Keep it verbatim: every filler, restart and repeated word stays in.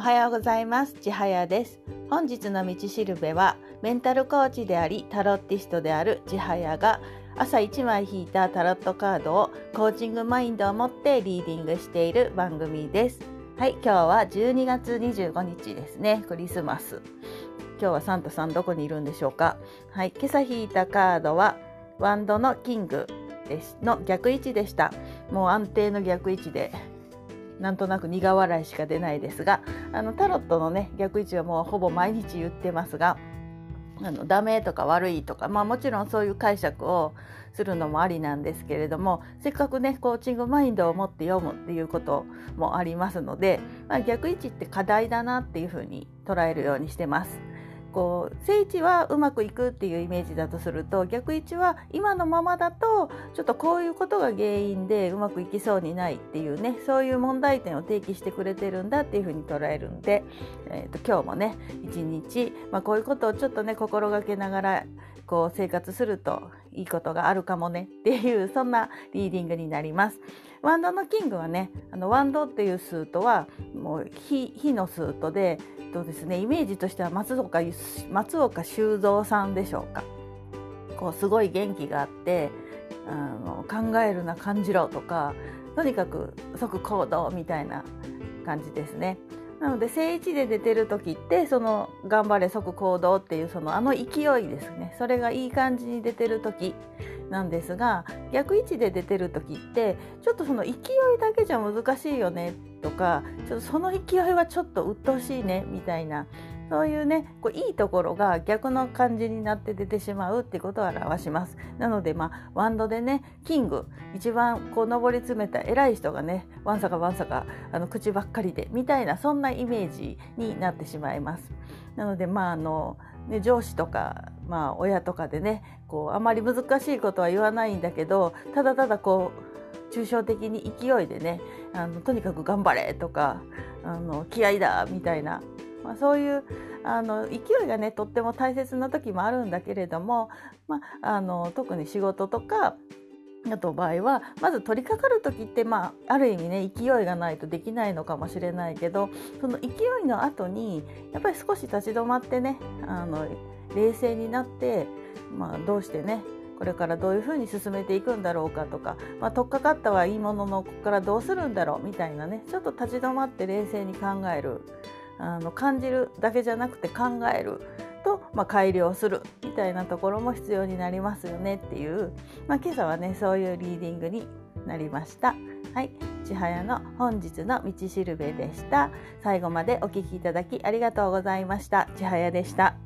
はようございます。ちはやです。本日の道しるべはメンタルコーチでありタロッティストであるちはやが朝いちまい引いたタロットカードをコーチングマインドを持ってリーディングしている番組です。はい、今日はじゅうにがつにじゅうごにちですね。クリスマス。今日はサンタさんどこにいるんでしょうか。はい、今朝引いたカードはワンドのキングですの逆位置でした。もう安定の逆位置でなんとなく苦笑いしか出ないですが、あのタロットのね逆位置はもうほぼ毎日言ってますが、あのダメとか悪いとか、まあもちろんそういう解釈をするのもありなんですけれども、せっかくねコーチングマインドを持って読むっていうこともありますので、まあ、逆位置って課題だなっていうふうに捉えるようにしてます。こう正位置はうまくいくっていうイメージだとすると、逆位置は今のままだとちょっとこういうことが原因でうまくいきそうにないっていうね、そういう問題点を提起してくれてるんだっていうふうに捉えるんで、えーと、今日もね一日、まあ、こういうことをちょっとね心がけながらこう生活するといいことがあるかもねっていう、そんなリーディングになります。ワンドのキングはね、あのワンドっていうスートはもう 火, 火のスートで、とですね、イメージとしては松岡松岡修造さんでしょうか。こうすごい元気があって、あの考えるな感じろとか、とにかく即行動みたいな感じですね。なので正位置で出てる時ってその頑張れ即行動っていうそのあの勢いですね、それがいい感じに出てる時なんですが、逆位置で出てる時ってちょっとその勢いだけじゃ難しいよねとか、ちょっとその勢いはちょっと鬱陶しいねみたいな、そういうねこういいところが逆の感じになって出てしまうってことを表します。なのでまあワンドでねキング、一番こう上り詰めた偉い人がねわんさかわんさかあの口ばっかりでみたいな、そんなイメージになってしまいます。なのでまああのね、上司とか、まあ、親とかでねこうあまり難しいことは言わないんだけど、ただただこう抽象的に勢いでね、あのとにかく頑張れとか、あの気合だみたいな、まあ、そういうあの勢いがねとっても大切な時もあるんだけれども、まあ、あの特に仕事とかあと場合はまず取り掛かる時って、まあ、ある意味ね勢いがないとできないのかもしれないけど、その勢いの後にやっぱり少し立ち止まってね、あの冷静になって、まあ、どうしてねこれからどういうふうに進めていくんだろうかとか、まあ、取っかかったはいいもののここからどうするんだろうみたいなね、ちょっと立ち止まって冷静に考える、あの感じるだけじゃなくて考えると、まあ、改良するみたいなところも必要になりますよねっていう、まあ、今朝はねそういうリーディングになりました。はい、ちはやの本日の道しるべでした。最後までお聞きいただきありがとうございました。ちはやでした。